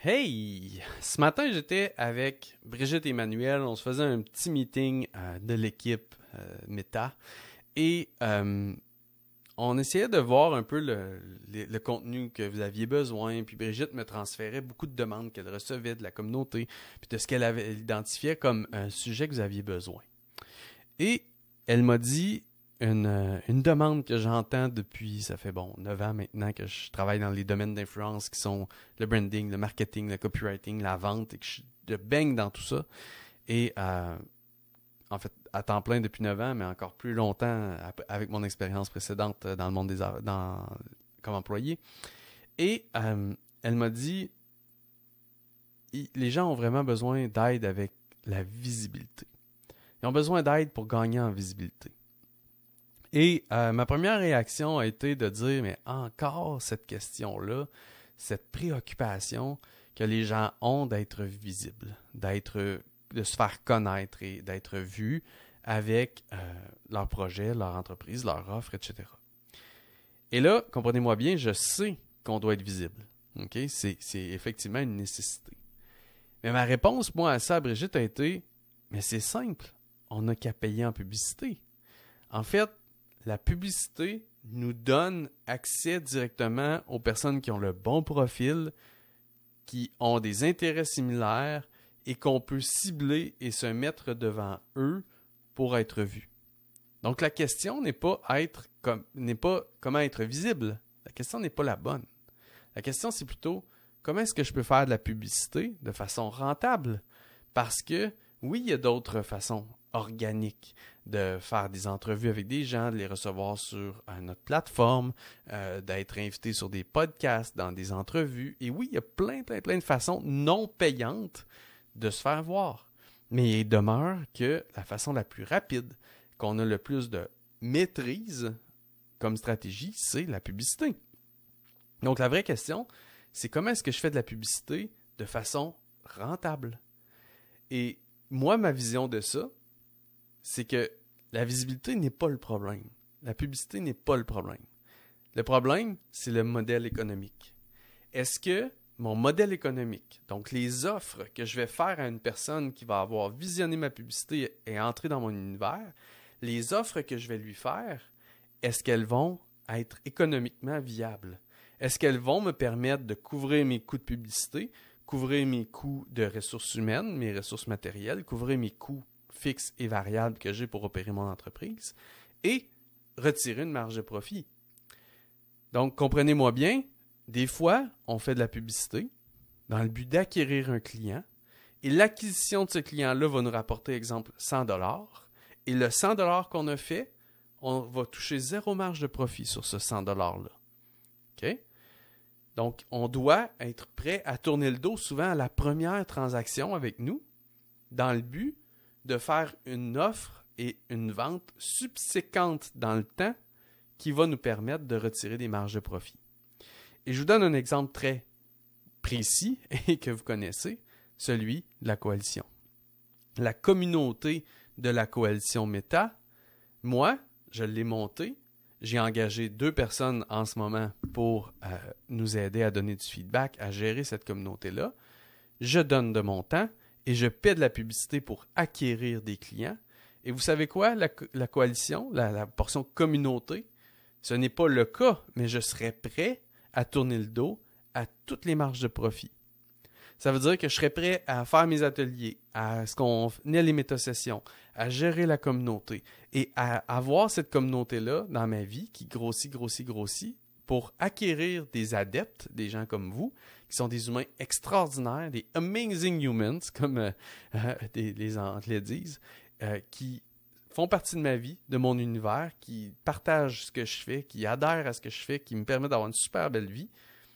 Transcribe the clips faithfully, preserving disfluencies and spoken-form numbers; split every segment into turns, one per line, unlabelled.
Hey! Ce matin, j'étais avec Brigitte et Emmanuel. On se faisait un petit meeting euh, de l'équipe euh, Meta. Et euh, on essayait de voir un peu le, le, le contenu que vous aviez besoin. Puis Brigitte me transférait beaucoup de demandes qu'elle recevait de la communauté. Puis de ce qu'elle avait identifié comme un sujet que vous aviez besoin. Et elle m'a dit une, une demande que j'entends depuis, ça fait bon, neuf ans maintenant que je travaille dans les domaines d'influence qui sont le branding, le marketing, le copywriting, la vente et que je, je baigne dans tout ça. Et euh, en fait, à temps plein depuis neuf ans, mais encore plus longtemps avec mon expérience précédente dans le monde des arts, dans, comme employé. Et euh, elle m'a dit, les gens ont vraiment besoin d'aide avec la visibilité. Ils ont besoin d'aide pour gagner en visibilité. Et euh, ma première réaction a été de dire, mais encore cette question-là, cette préoccupation que les gens ont d'être visibles, d'être, de se faire connaître et d'être vus avec euh, leur projet, leur entreprise, leur offre, et cetera. Et là, comprenez-moi bien, je sais qu'on doit être visible. Okay? C'est, c'est effectivement une nécessité. Mais ma réponse, moi, à ça, à Brigitte, a été, mais c'est simple, on n'a qu'à payer en publicité. En fait, la publicité nous donne accès directement aux personnes qui ont le bon profil, qui ont des intérêts similaires et qu'on peut cibler et se mettre devant eux pour être vus. Donc la question n'est pas être comme n'est pas comment être visible. La question n'est pas la bonne. La question c'est plutôt comment est-ce que je peux faire de la publicité de façon rentable? Parce que oui, il y a d'autres façons organiques de faire des entrevues avec des gens, de les recevoir sur euh, notre plateforme, euh, d'être invité sur des podcasts, dans des entrevues. Et oui, il y a plein, plein, plein de façons non payantes de se faire voir. Mais il demeure que la façon la plus rapide, qu'on a le plus de maîtrise comme stratégie, c'est la publicité. Donc la vraie question, c'est comment est-ce que je fais de la publicité de façon rentable? Et moi, ma vision de ça, c'est que la visibilité n'est pas le problème. La publicité n'est pas le problème. Le problème, c'est le modèle économique. Est-ce que mon modèle économique, donc les offres que je vais faire à une personne qui va avoir visionné ma publicité et entré dans mon univers, les offres que je vais lui faire, est-ce qu'elles vont être économiquement viables? Est-ce qu'elles vont me permettre de couvrir mes coûts de publicité, couvrir mes coûts de ressources humaines, mes ressources matérielles, couvrir mes coûts fixes et variables que j'ai pour opérer mon entreprise et retirer une marge de profit. Donc, comprenez-moi bien, des fois, on fait de la publicité dans le but d'acquérir un client et l'acquisition de ce client-là va nous rapporter, exemple, cent dollars et le cent dollars qu'on a fait, on va toucher zéro marge de profit sur ce cent dollars-là. OK? Donc, on doit être prêt à tourner le dos souvent à la première transaction avec nous dans le but de faire une offre et une vente subséquente dans le temps qui va nous permettre de retirer des marges de profit. Et je vous donne un exemple très précis et que vous connaissez, celui de la coalition. La communauté de la coalition Meta, moi, je l'ai montée. J'ai engagé deux personnes en ce moment pour euh, nous aider à donner du feedback, à gérer cette communauté-là. Je donne de mon temps et je paie de la publicité pour acquérir des clients. Et vous savez quoi? La, la coalition, la, la portion communauté, ce n'est pas le cas, mais je serais prêt à tourner le dos à toutes les marges de profit. Ça veut dire que je serais prêt à faire mes ateliers, à ce qu'on ait les métasessions, à gérer la communauté et à avoir cette communauté-là dans ma vie qui grossit, grossit, grossit pour acquérir des adeptes, des gens comme vous, qui sont des humains extraordinaires, des amazing humans, comme euh, euh, des, les Anglais disent, euh, qui font partie de ma vie, de mon univers, qui partagent ce que je fais, qui adhèrent à ce que je fais, qui me permettent d'avoir une super belle vie.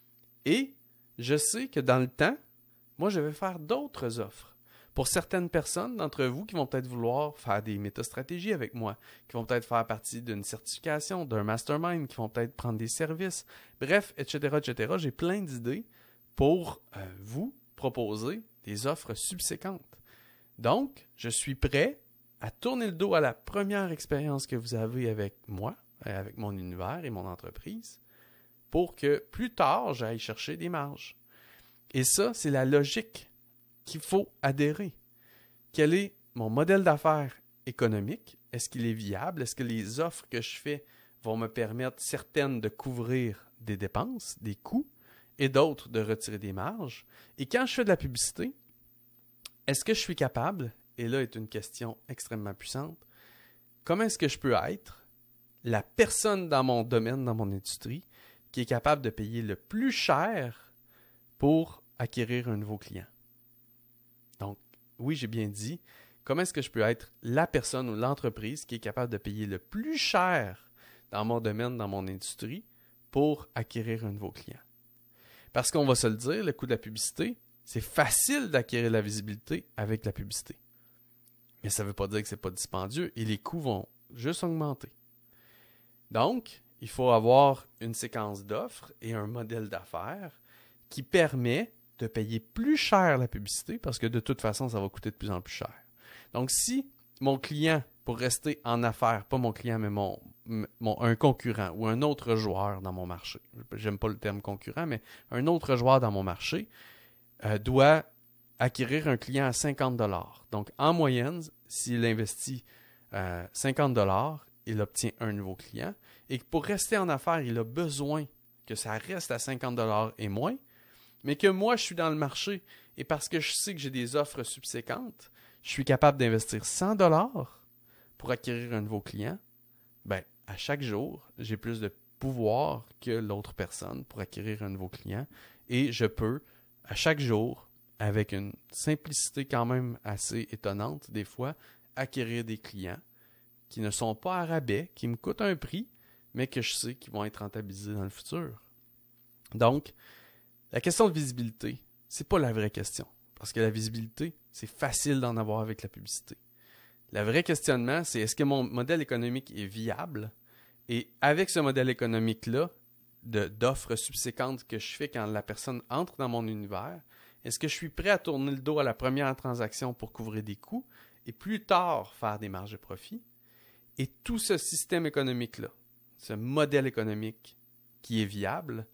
Et je sais que dans le temps, moi, je vais faire d'autres offres. Pour certaines personnes d'entre vous qui vont peut-être vouloir faire des métastratégies avec moi, qui vont peut-être faire partie d'une certification, d'un mastermind, qui vont peut-être prendre des services, bref, et cetera, et cetera. J'ai plein d'idées pour euh, vous proposer des offres subséquentes. Donc, je suis prêt à tourner le dos à la première expérience que vous avez avec moi, avec mon univers et mon entreprise, pour que plus tard, j'aille chercher des marges. Et ça, c'est la logique qu'il faut adhérer. Quel est mon modèle d'affaires économique? Est-ce qu'il est viable? Est-ce que les offres que je fais vont me permettre, certaines, de couvrir des dépenses, des coûts, et d'autres de retirer des marges? Et quand je fais de la publicité, est-ce que je suis capable, et là est une question extrêmement puissante, comment est-ce que je peux être la personne dans mon domaine, dans mon industrie, qui est capable de payer le plus cher pour acquérir un nouveau client? Donc, oui, j'ai bien dit, comment est-ce que je peux être la personne ou l'entreprise qui est capable de payer le plus cher dans mon domaine, dans mon industrie, pour acquérir un nouveau client? Parce qu'on va se le dire, le coût de la publicité, c'est facile d'acquérir la visibilité avec la publicité. Mais ça ne veut pas dire que ce n'est pas dispendieux et les coûts vont juste augmenter. Donc, il faut avoir une séquence d'offres et un modèle d'affaires qui permet de payer plus cher la publicité parce que de toute façon, ça va coûter de plus en plus cher. Donc, si mon client, pour rester en affaires, pas mon client, mais mon, mon, un concurrent ou un autre joueur dans mon marché, j'aime pas le terme concurrent, mais un autre joueur dans mon marché euh, doit acquérir un client à cinquante dollars. Donc, en moyenne, s'il investit euh, cinquante dollars, il obtient un nouveau client. Et pour rester en affaires, il a besoin que ça reste à cinquante dollars et moins, mais que moi, je suis dans le marché et parce que je sais que j'ai des offres subséquentes, je suis capable d'investir cent dollars pour acquérir un nouveau client. Ben, à chaque jour, j'ai plus de pouvoir que l'autre personne pour acquérir un nouveau client et je peux, à chaque jour, avec une simplicité quand même assez étonnante des fois, acquérir des clients qui ne sont pas à rabais, qui me coûtent un prix, mais que je sais qu'ils vont être rentabilisés dans le futur. Donc, la question de visibilité, c'est pas la vraie question. Parce que la visibilité, c'est facile d'en avoir avec la publicité. Le vrai questionnement, c'est est-ce que mon modèle économique est viable? Et avec ce modèle économique-là, de, d'offres subséquentes que je fais quand la personne entre dans mon univers, est-ce que je suis prêt à tourner le dos à la première transaction pour couvrir des coûts et plus tard faire des marges de profit? Et tout ce système économique-là, ce modèle économique qui est viable,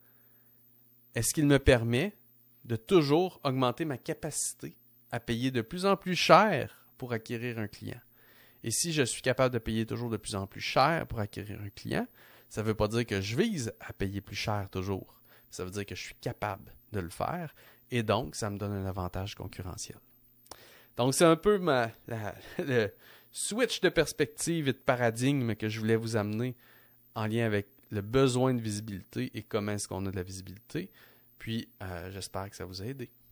est-ce qu'il me permet de toujours augmenter ma capacité à payer de plus en plus cher pour acquérir un client? Et si je suis capable de payer toujours de plus en plus cher pour acquérir un client, ça ne veut pas dire que je vise à payer plus cher toujours. Ça veut dire que je suis capable de le faire et donc ça me donne un avantage concurrentiel. Donc c'est un peu ma, la, le switch de perspective et de paradigme que je voulais vous amener en lien avec le besoin de visibilité et comment est-ce qu'on a de la visibilité. Puis, euh, j'espère que ça vous a aidé.